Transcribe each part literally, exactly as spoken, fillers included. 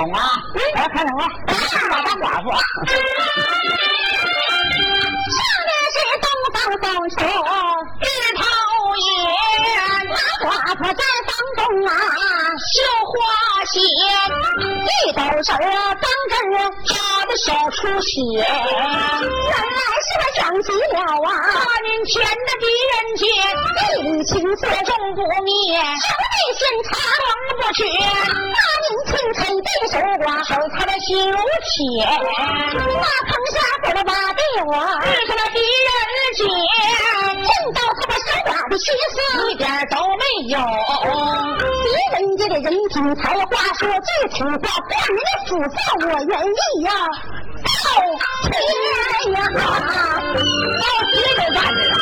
啊，来看看我大大寡妇。 上面是东方风树日头炎，那寡妇在房中啊绣花鞋，一抖手当着她的手出血，原来是他想起了啊八年前的狄仁杰，一缕情色终不灭，手内线插光不绝，八年前才被手刮手擦的心如铁，那坑下过了把对我遇上了狄仁杰，见到他把手刮的心思一点都没有，狄仁杰的人品才华说最土话，半人的辅造我愿意呀、啊，到天呀， 到天都站着了。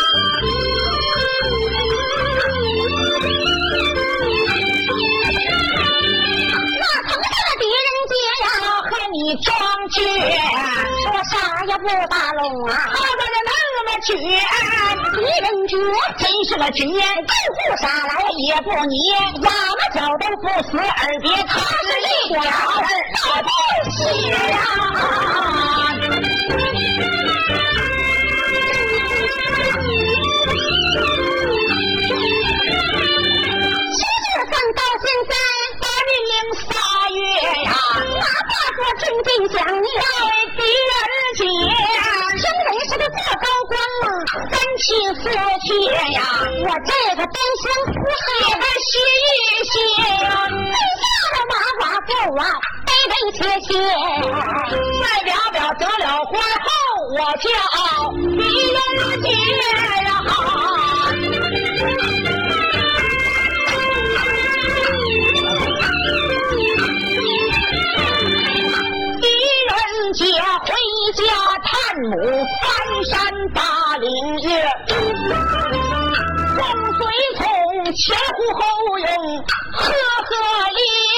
那疼的狄仁杰呀，和你装倔，说啥也不打拢啊，好在这那么倔，狄仁杰真是个倔，不杀来也不捏，哑巴脚都不死，耳别他是一点儿老不起呀。到现在八零零仨月呀，哪怕说真真想你狄仁杰，生人是个做高官了，三妻四妾呀，我这个单身苦海的洗一洗呀，最下的马寡妇啊，悲悲切切，再表表得了婚后，我叫狄仁杰呀。回家探母翻山打岭月，风随从前呼后拥，赫赫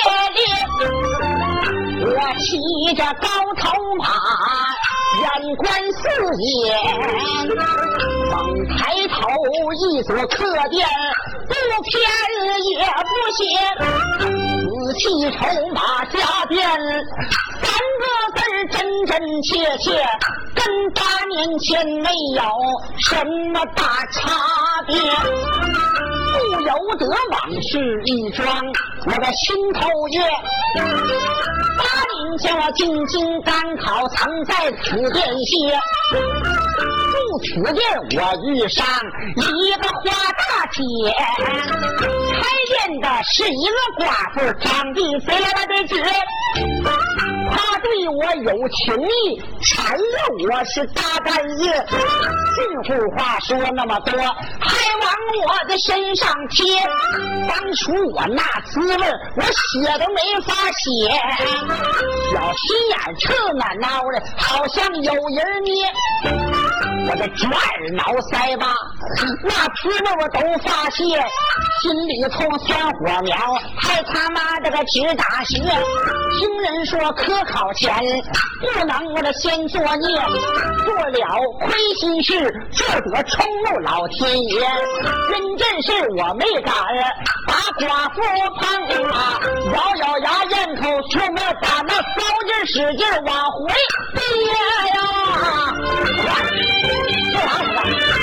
烈烈，我骑着高头马远观四野，猛抬头一所客店，不偏也不斜，仔细筹码下店，三个字儿真真切切，跟八年前没有什么大差别，不由得往事一装我的心头悦。八年前我进京赶考，曾在此店歇，入此店我遇上一个花大姐，开店的是一个寡妇，长得肥来了的直，她对我有情意，缠着我是大半夜，近乎话说那么多，还往我的身上贴，当初我那滋味我写都没法写，小心眼刺哪挠的好像有人捏，我这抓耳挠腮吧，那滋味我都发泄，心里冲酸火苗，还他妈的个直打血。听人说科考前不能我这先作孽，做了亏心事就得冲怒老天爷，真正是我没敢把寡妇碰啊，咬咬牙咽口出沫，把那骚劲使劲往回憋呀，这玩意儿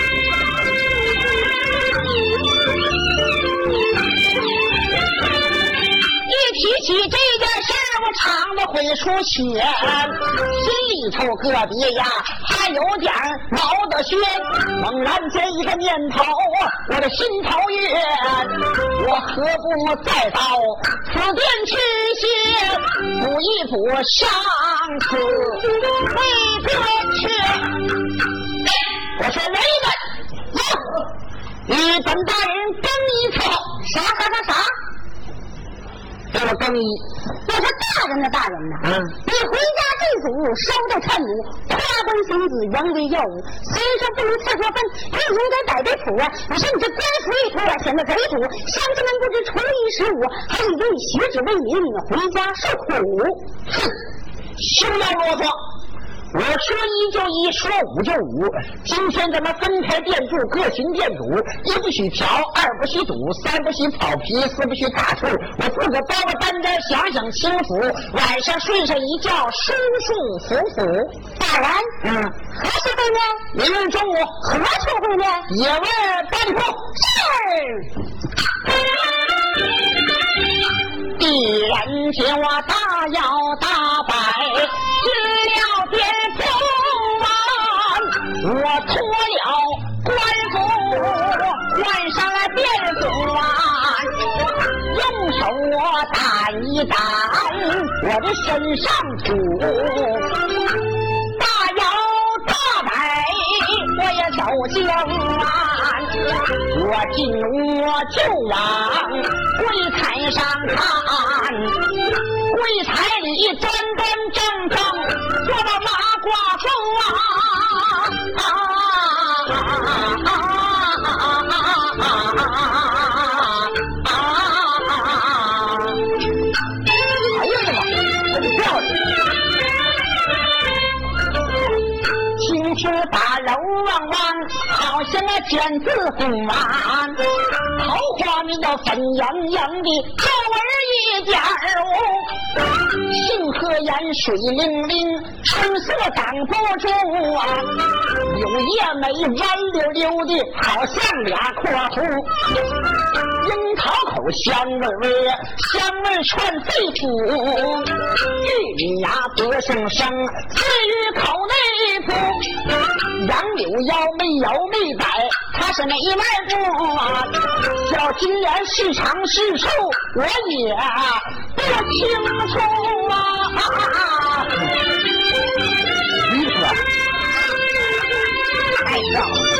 提起这件事儿，我肠子会出血，心里头个别呀还有点毛的宣，猛然间一个念头，我的心头热，我何不再到此店去歇，补一补上次未得缺。我说雷本，走，与本大人更一次。啥啥啥啥？给我更衣。我说大人的大人呐、啊，嗯，你回家祭祖，烧的趁母，夸官孙子，原为耀武。虽说不如赐过分，也应该摆摆谱啊。你说你这官服一脱啊，显得贼土。乡亲们不知初一十五，还以为你学子为民，你回家受苦。哼，休要啰嗦！ 我说一就一，说五就五。今天咱们分开店住，各行店主，一不许嫖，二不许赌，三不许跑皮，四不许打醋。我自个包个单单，享享清福，晚上睡上一觉，舒舒服服。 大人， 嗯， 何时会面？ 明日中午何处会面？ 野外八里铺。 是。 敌人见我大摇大摆，进了店铺啊，我脱了官服，换上了便服啊，用手我掸一掸我的身上土，大摇大摆我也走进啊，我进屋就往柜台上看，柜台里端端正正坐到马寡妇啊啊啊啊啊啊啊！哎呀妈，这就漂亮！青石大楼望望，好像那卷字红丸，桃花面要粉莹莹的，皱儿一点儿哦。杏核眼水灵灵，春色挡不住啊。柳叶眉弯溜溜的，好像俩括弧。樱桃口香味味，香味串肺腑。玉米芽不生生，刺于口内扑。杨柳腰没摇没摆，它是没卖不啊。小金莲是长是瘦，我也不清楚啊。意思啊，太像了。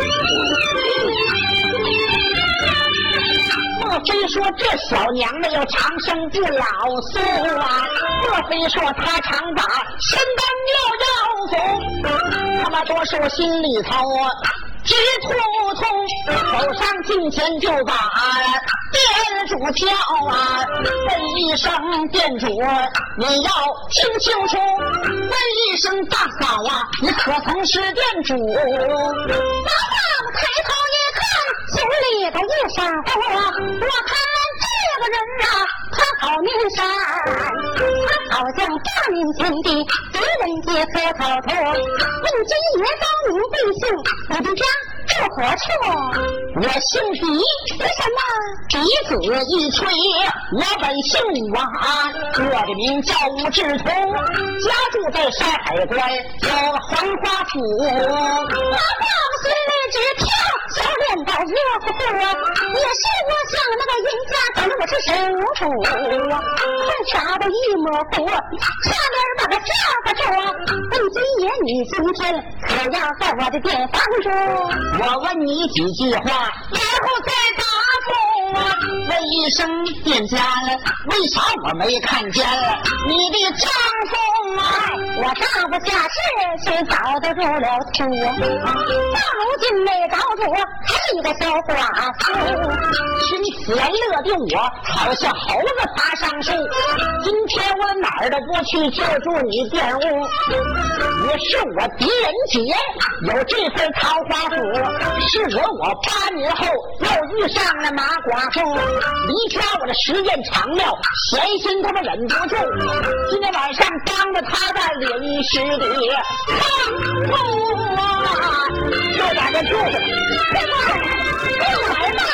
莫非说这小娘们要长生不老素啊？莫非说她常把身当尿药服？他妈多是我心里头直突突，走上近前就把店主叫啊，问一声店主你要听清楚，问一声大嫂啊，你可曾是店主？ 老丈抬头一看，心里的一闪火，我看这个人啊，他好面善，他好像大明天地，敌人皆可逃脱。问君爷高明贵姓？你的家住何处？ 我姓狄， 为什么？ 嫡子一吹，我本姓王，我的名叫吴志同，家住在山海关，有个黄花府。 老丈心里直跳，小脸蛋热乎乎，也是我想那个人家长得我是神主，看啥都一模糊，差点把他吓唬住。问君爷，你今天可要在我的店房住？ 我问你几句话，然后再答复啊。问一声店家，为啥我没看见你的丈夫啊？ 我丈夫下世却早都入了土，到如今没找主，还是一个小寡妇。 听此言乐的我好像猴子爬上树，今天我哪儿都不去，就住你店屋。你是我狄仁杰，有这份桃花府，是我我八年后又遇上了马寡妇，离家我的时间长了，闲心他们忍不住，今天晚上当着他的淋湿的放不啊，就把这住着。 快快快来吧！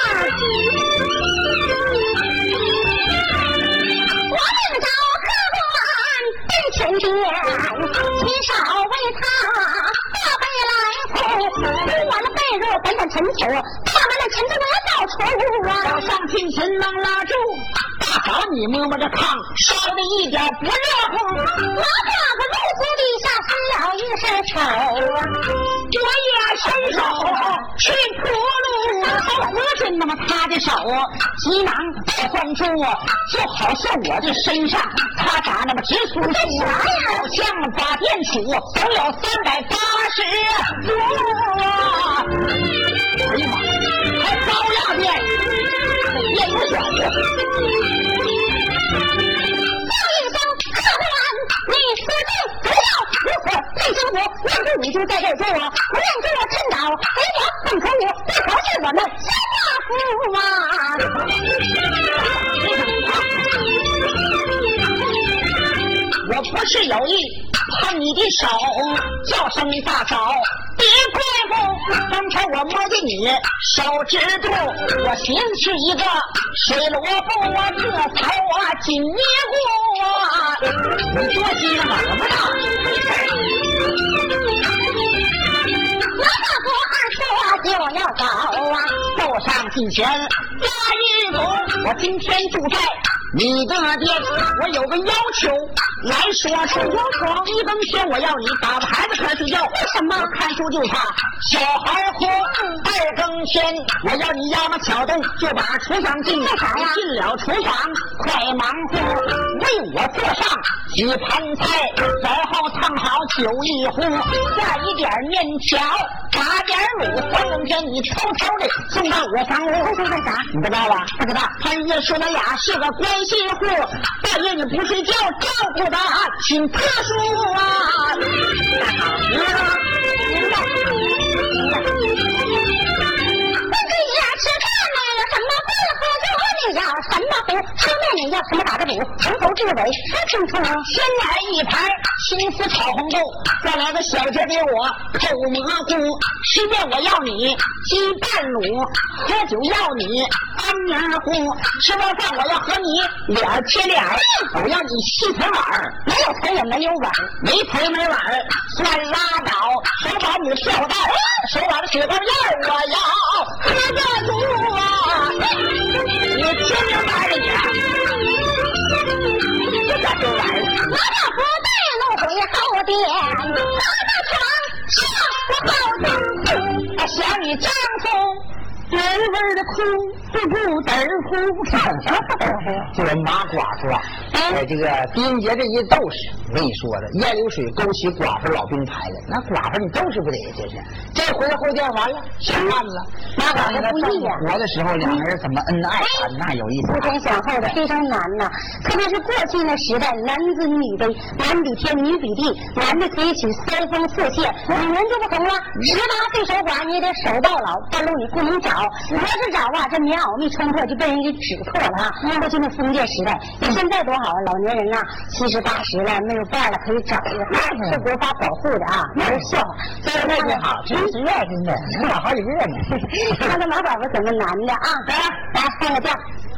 我们找客官奔前边，秦少为他大背来铺，铺完了被褥本本陈酒，看完了陈子来到厨啊。 早上进前能拉住，大嫂你摸摸这炕，烧的一点不热乎。 老丈夫入足底下伸了一伸手， 我也伸手去铺路，合准那么他的手急忙把关住，就好像我这身上他咋那么直突出，好像把店主总有三百八十多啊！哎呀妈，还高压店，店有小的。 叫一声客官，你死定不要如何配生活？ 就在这儿住啊，不让给我趁早给我放口舞，这可是我们三大夫啊！ 我不是有意碰你的手，叫声大嫂别怪我，刚才我摸着你手指肚，我寻是一个水萝卜，我这才我紧捏过，你多心怎么不大？ 老大夫二说就要走啊， 走上近前拉一走，我今天住在你的店，我有个要求来说出。 要求一更天我要你打着孩子开睡觉， 为什么？ 我看书就怕小孩哭。二更天我要你要么挑动就把厨房进， 干啥呀？ 进了厨房快忙活，为我做上几盘菜，然后烫好酒一壶，下一点面条，打点卤。三更天你偷偷的送到我房屋， 偷偷干啥？ 你不知道吧？ 不知道。 半夜说那俩是个关系户，半夜你不睡觉照顾他挺特殊啊。大嫂，明白了吗？ 明白。不给你俩吃饭呢，有什么饭喝酒你要什么壶，吃面你要什么打的卤，从头至尾说清楚。 先来一盘青丝炒红豆，再来个小节给我口蘑菇，吃面我要你鸡拌卤，喝酒要你安眠糊，吃完饭我要和你脸贴脸，我要你细盆碗， 没有盆也没有碗， 没盆没碗算拉倒，手把你的票袋，手把的雪糕样我要喝个足啊！你听明白了你？这咋就完了？ 老大夫带路回后殿，老大床上我好痛苦， 想你丈夫人味的哭，不顾嘚儿哭，什么不哭？这个马寡妇啊，在这个狄仁杰这一斗士，我跟你说的，烟流水勾起寡妇老兵牌了。那寡妇你斗士不得这是？这回后殿完了，上岸了。 马寡妇不易呀。 活的时候，两个人怎么恩爱啊？那有意思。 思前想后的非常难呐，特别是过去那时代，男尊女卑，男比天，女比地，男的可以娶三封四妾，女人就不同了，十八岁守寡，你也得守到老，半路你不能找，你要是找啊，这棉袄没穿破就被人给指破了啊！过去那封建时代，你现在多好啊，老年人呐、啊，七十八十了没有伴了，可以找一个，是国法保护的啊，那是笑话。 这那挺好，真是愿真的，能找好几个呢。 看看马寡妇怎么难的啊！来来放个假。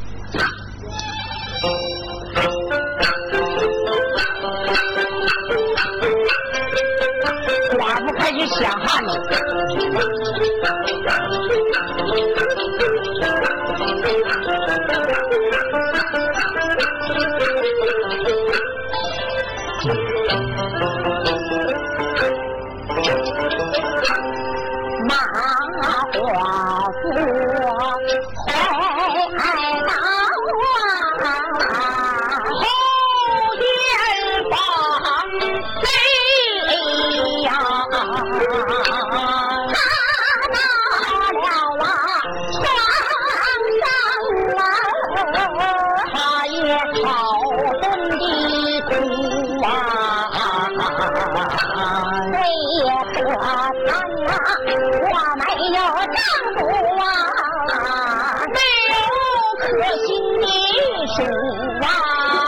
寡妇开始想汉子， 马寡妇回到啊， 后殿房内呀， 他拿了啊床上啊， 他也好炖的苦啊， 为何难啊？我没有丈夫啊， 没有可心的主啊，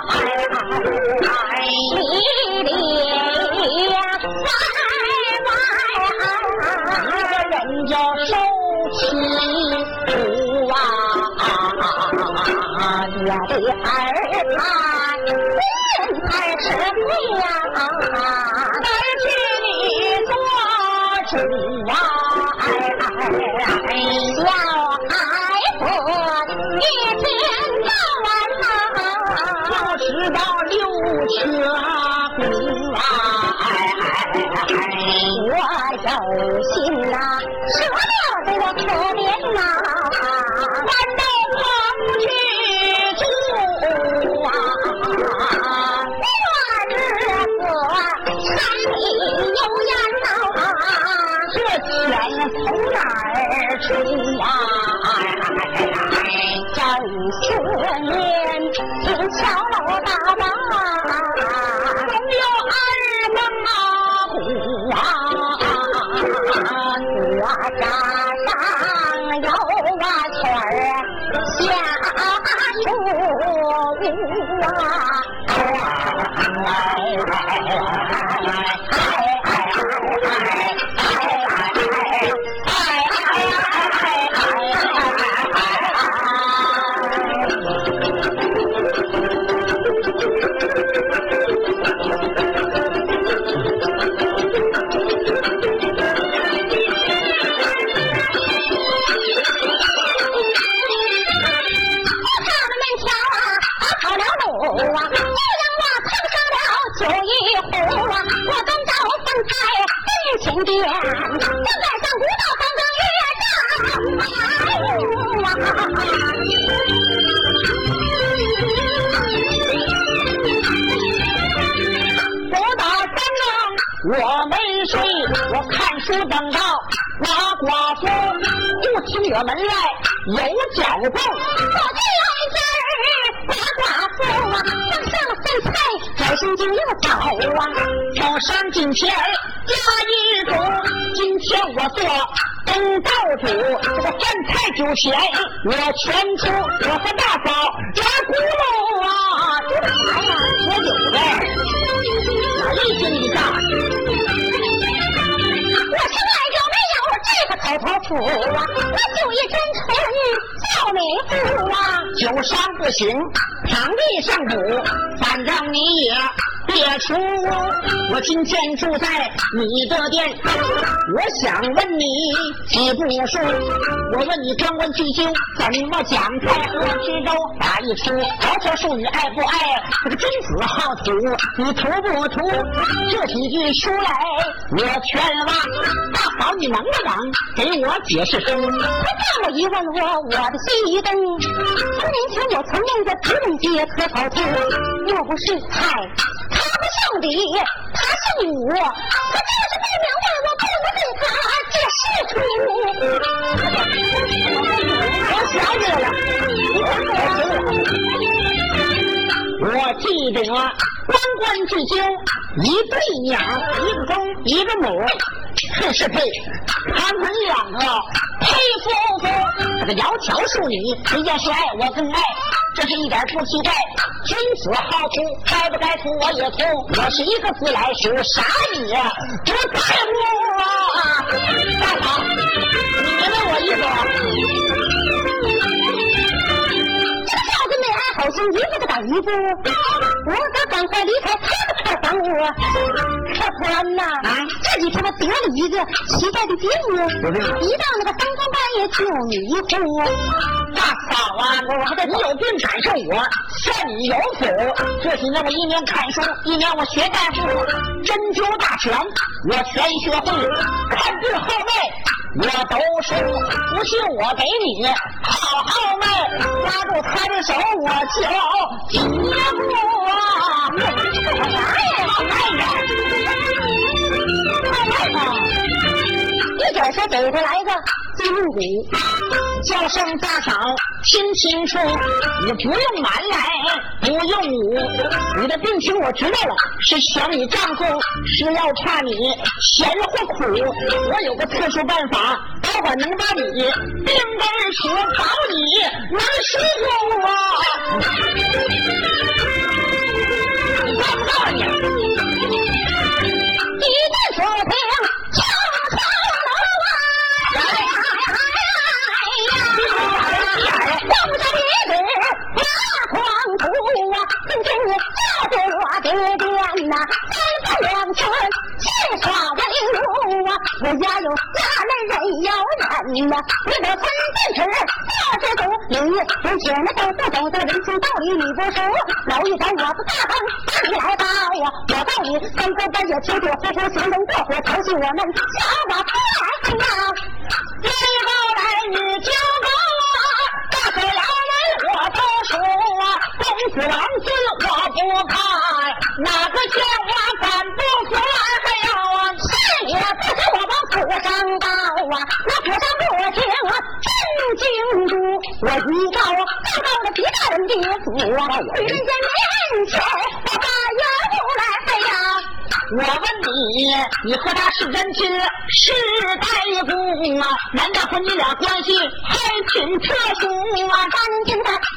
里里外外， 一个人叫受其苦啊， 我的儿啊，人儿吃亏呀， 儿去你做主啊， 小孩子一天到晚呐， 要知道六缺骨啊， 我有心呐，舍掉这个可怜呐， 难道旁去住啊？ 这日子柴米油盐呐， 这钱从哪儿出啊？ 正四年听敲锣打锣， 总有二更啊鼓啊， 等到那寡妇不听我门来有脚步， 我这有一阵儿那寡妇啊，上上了饭菜，转身就要走啊。 早上今天加一主，今天我做东道主，这个饭菜酒钱我全出，我和大嫂拉咕噜啊，这个啥呀？喝酒呗，哪一斤一大？ 我从来就没有这个口头福啊，那酒也真纯叫美妇啊。 酒商不行，堂弟上补，反正你也别出屋。我今天住在你的店，我想问你几不数。我问你关关雎鸠怎么讲菜，喝吃粥打一出。豪车淑女爱不爱？这个君子好土，你图不图？这几句书来我全忘。大嫂你能不能给我解释出？ 他这么一问我，我的心一动。从年前我曾用过直门街可口醋，若不是菜，他不姓李，他姓武，他就是不明白我不能对他解释出。 我想起来了，你看我我记得关关雎鸠一对鸟，一个公一个母，配是配，他们两个配夫妇。这个窈窕淑女，谁家是爱我更爱，这是一点不奇怪。君子好图，该不该图我也图。我是一个自来熟，啥你呀不在乎啊？大嫂，你明白我意思吗？ 这小子没安好心，一步不打一步，我可赶快离开他的破房屋。可不然呐，啊，这几天我得了一个奇怪的病啊，一到那个三更半夜就迷糊。 大嫂啊，我还得你有病赶上我，算你有福。这几年我一年看书，一年我学大夫，针灸大全我全学会，看病号脉我都熟。不信我给你好好脉，拉住他的手我就几步啊！你干啥呀？哎呀！快来吧！ 一转身给他来个金鼓， 叫声大嫂听清楚，你不用瞒来，不用捂，你的病情我知道了，是想你丈夫，是要怕你咸或苦。我有个特殊办法，待会儿能把你病根除，保你能舒服啊！你告不告诉你？ 一个说听唱唱楼啊，用着鼻子那狂徒啊，今天你照着我的店呐，三番两次戏耍为奴啊，我家有家内人有人呐，你的分电池我是毒，你从前那都不懂得人情道理，你不熟，老一找我不大方，你来报啊，我告你三更半夜求救，呼呼行动过火，调戏我们小我不来呀，最后来你就告啊，大手摇人我都说啊，公子王子我不看，哪个叫我敢不服还要啊，是也不是我往府上告啊，那府上不听啊，真经主，我一告啊，告到了别大人的府啊，人家面前我把药来飞呀。 我问你，你和他是真亲是代公啊？难道和你俩关系还挺特殊啊？ 大人听他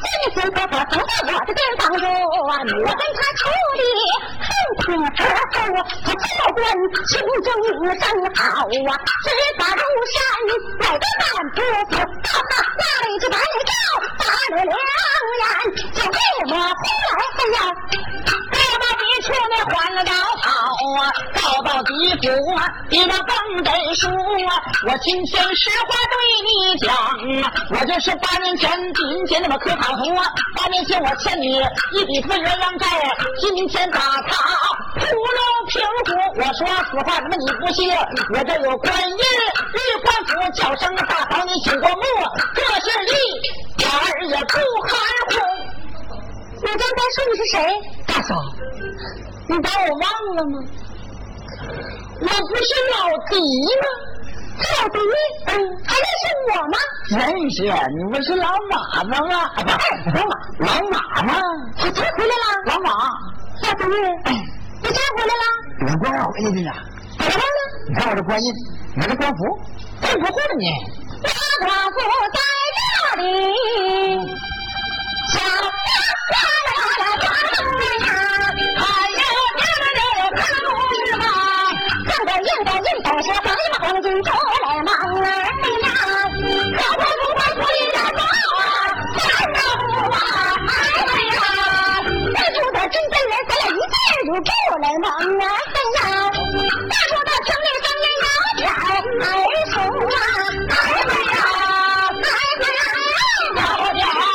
你心可可从在我的边防中，我跟他处理很平和后，他做官心中生好啊，执法如山，来个半不服，到他那里就把你告，打了两眼，就给我回来哎呀，我把你出来换了道好啊，告到地府啊，你那更得说啊，我今天实话对你讲啊，我就是八年前今天那么可讨头啊，八年前我欠你一笔分人让债，今天把他扑龙平湖，我说此话怎么你不信？我这有官印玉官府叫声大嫂你请过目，这是一点儿也不含糊。你刚才说你是谁？大嫂，你把我忘了吗？我不是老狄吗？老狄，嗯，还认识我吗？ 认识，你不是老马子吗？啊，不，老马，老马吗？ 他真回来了。 老马， 老狄，你真回来了？ 我官让我回去了。 怎么了？ 你看我这官印，你看这官服，真不会你。 大寡妇在这里。小呀啦啦啦啦啦，哎呀呀呀呀，看路嘛，看个印个印都是黄呀黄金出来忙儿呀，可不不管不一点高啊，看到啊，哎呀，那住的真真人，咱俩一见就出来忙啊，哎呀，大叔的城里声音摇点儿数啊，哎呀，哎呀，摇点儿。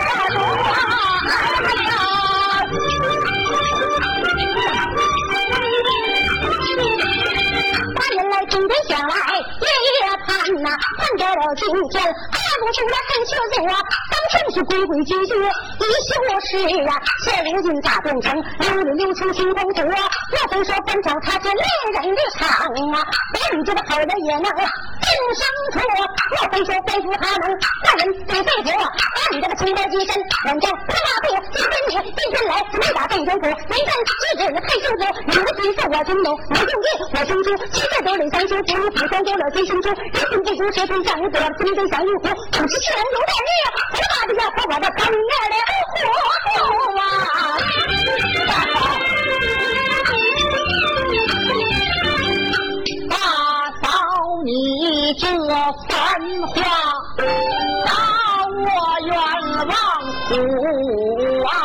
今天想来夜夜盼呐，盼着了今天看不出来很清楚啊，当初是规规矩矩一修饰啊，现如今咋变成溜溜溜出新公主啊？莫非说反正他是恋人的场啊？我你这个好人也能定生出，莫非说背负他能那人得肺腑，把你这个清白之身认真不马虎，今天你今天来没打背中苦，没干机智太幸福，你的嘴色我心动，你用力我生出，七岁都领三叔不如普通多了最生出，人心不足蛇吞象无得，心中想玉壶，总是气人有点力，我把这要和我的朋友的活活啊！大嫂，你这番话把我冤枉苦啊！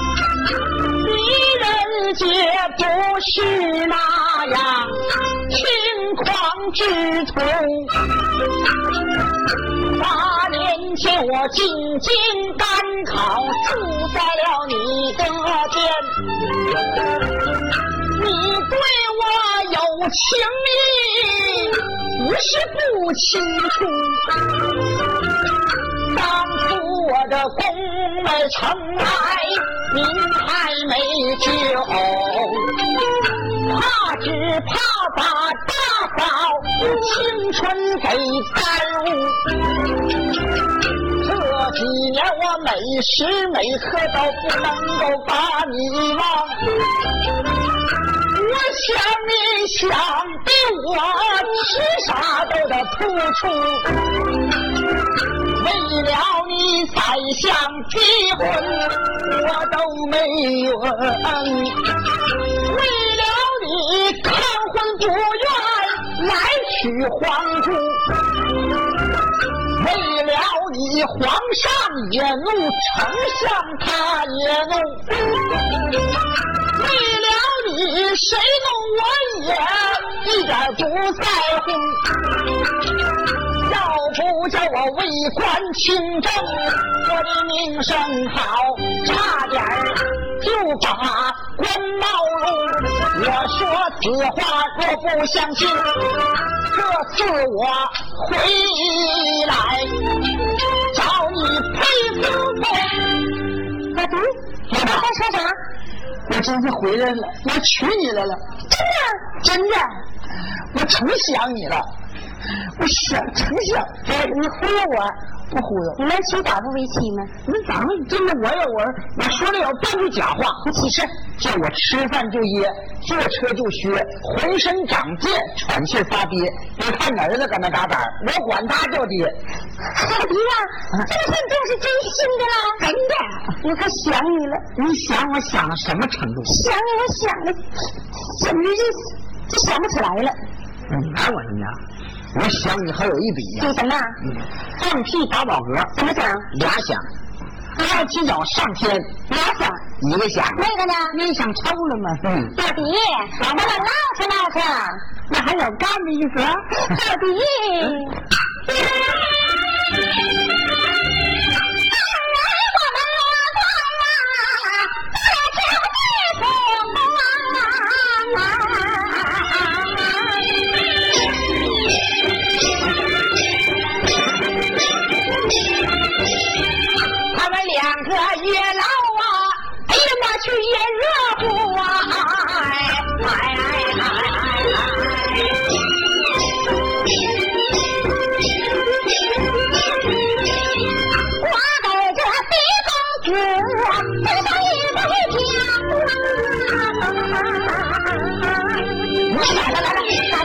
你人皆不是那样轻狂之徒，八年前我进京赶考，住在了你的店，你对我有情意，不是不清楚。当初我的宫门城来，您还没救，怕只怕把大嫂青春给耽误。这几年我每时每刻都不能够把你忘，我想你想的我吃啥都得吐出，为了你宰相结婚我都没缘，为了你抗婚不愿来娶皇姑，为了你皇上也怒，丞相他也怒，为了你谁怒我也一点不在乎，要不叫我为官清正，我的名声好，差点就把官冒入。我说此话若不相信，这次我回来找你赔夫妇。老狄，你在说啥？我真是回来了，我娶你来了。真的？真的，我成想你了，我想成想。你忽悠我？不忽悠。你能娶寡妇为妻吗？那咱们真的，我有我我说的有半句假话。你起誓，叫我吃饭就噎，坐车就削，浑身长茧，喘气发憋。你看儿子搁那嘎达，我管他叫爹。 老弟呀，这个事就是真心的啦， 真的， 我可想你了。 你想我想到什么程度？ 想你，我想的，怎么就就想不起来了？ 你拿我什么呀？我想你还有一笔呀。 这什么？ 嗯，放屁打饱嗝， 怎么讲？ 俩响。二七脚上天， 俩响。 一个响。 那个呢？ 你想抽了吗？嗯。 老弟，咱们唠扯唠扯， 那还有干的意思？ 老弟。 去也热乎啊！哎哎哎哎！ 我给这地公子这上一个讲，来来来来，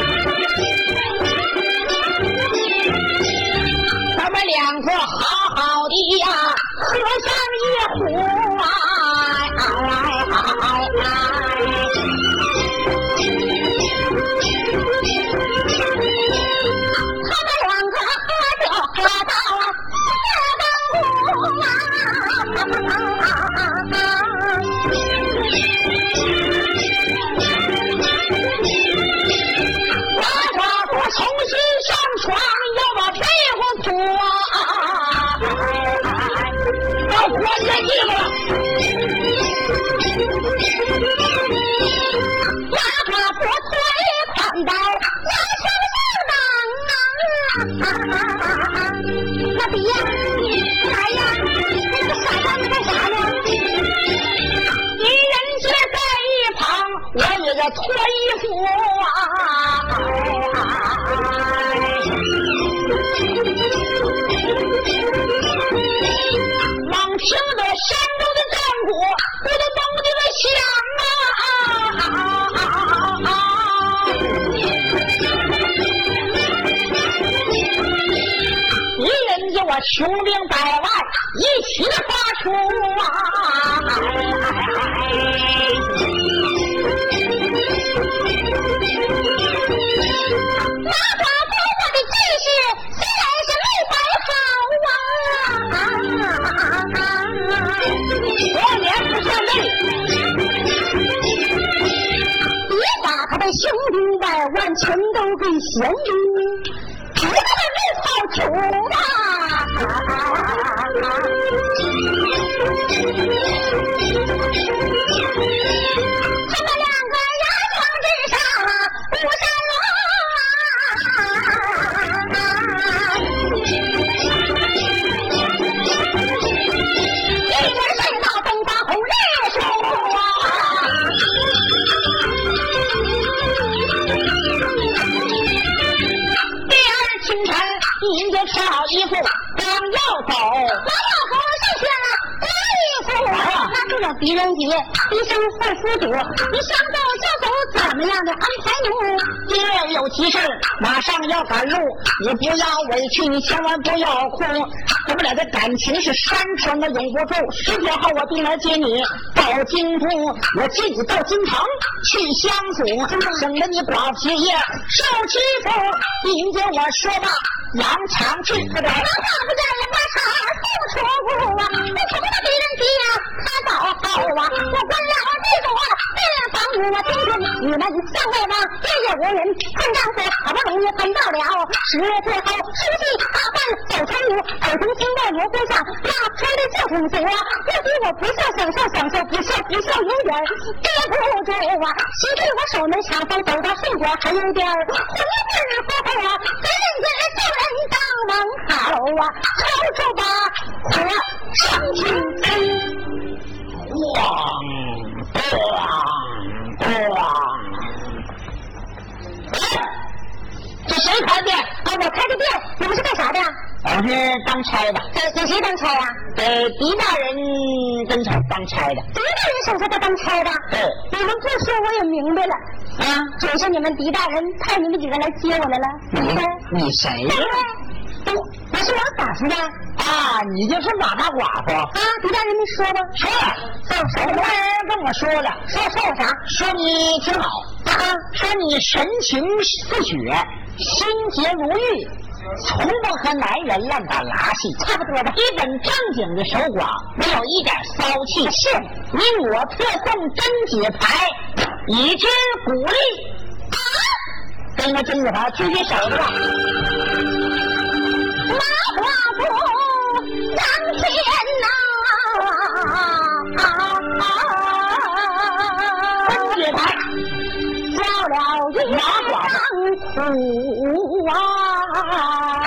咱们两个好好的呀，喝上一壶啊！脱衣服啊！猛听着山中的战鼓，我都猛地的响啊！敌人叫我雄兵百万，一起的发出啊！雄兵百万全都给降兵，别的没好处啊！他们两个牙床之上五山龙，一人睡到东方红日出啊！您就穿好衣服，刚要走，刚要走，剩下了拉衣服，拉住了狄仁杰，一声唤夫主，你想走就走，怎么样的安排路？今日有急事，马上要赶路，你不要委屈，你千万不要哭，咱们俩的感情是山川的永不住。十九号我定来接你到京都，我接你到京城去相府，省得你寡妇爷受欺负。您跟我说吧。扬长去，不对，那话不在了，马场不出户啊！我从那敌人急啊，他早好啊！我关了这个啊，这房屋我听听你们三位吧，夜夜无人看丈夫，好不容易看到了十月最后，书记打扮走成路，耳中听到锣鼓响，那出的叫公主啊！或许我不笑享受享受，不笑不笑有点憋不住啊！习惯我手没长风，走到顺果还有点混混乎乎啊！别人家叫人当门口啊，抽出把火上去咣咣咣！这谁开店？啊，我开的店。你们是干啥的？我是当差的。给给谁当差呀？给狄大人跟前当差的。狄大人手下的当差的？对。你们不说我也明白了。啊，就是你们狄大人派你们几个来接我来了。你你谁呀？我可是我咋是的啊？你就是马大寡妇啊？狄大人没说吗？ 说了，守门人跟我说了， 说说我啥？ 说你挺好啊， 说你神情似雪，心洁如玉，从不和男人乱打拉戏， 差不多吧。 一本正经的守寡，没有一点骚气。 是你我特送贞节牌，以之鼓励。 啊， 跟个贞节牌举起手子吧。 马寡妇张天呐， 贞节牌叫了一马寡妇苦啊！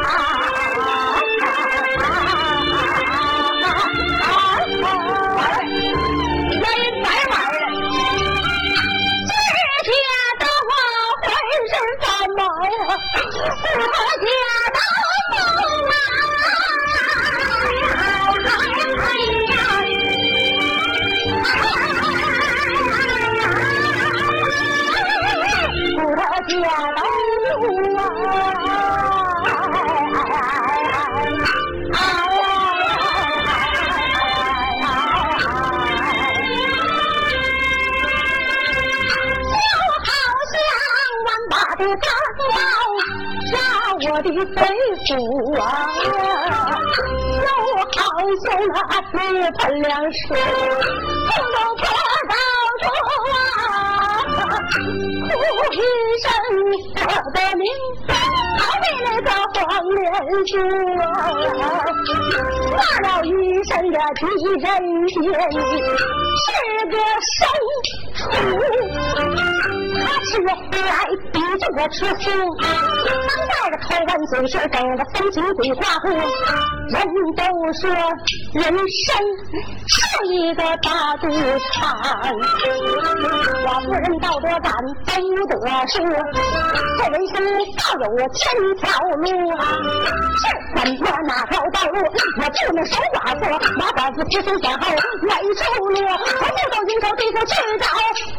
我的肺腑啊，就好像那水盆凉水，从头泼到头啊，哭一声我的名，好比那个黄连树啊，骂了一声的敌人天意，是个牲畜。他吃来逼着我吃素，当带着头文嘴是跟个风情鬼话乎。人都说人生是一个大赌场，我夫人道德感都得说，这人生倒有千条路，是怎么哪条道路我就能守寡妇，马寡妇只身前后没出路，我不走应酬地府去找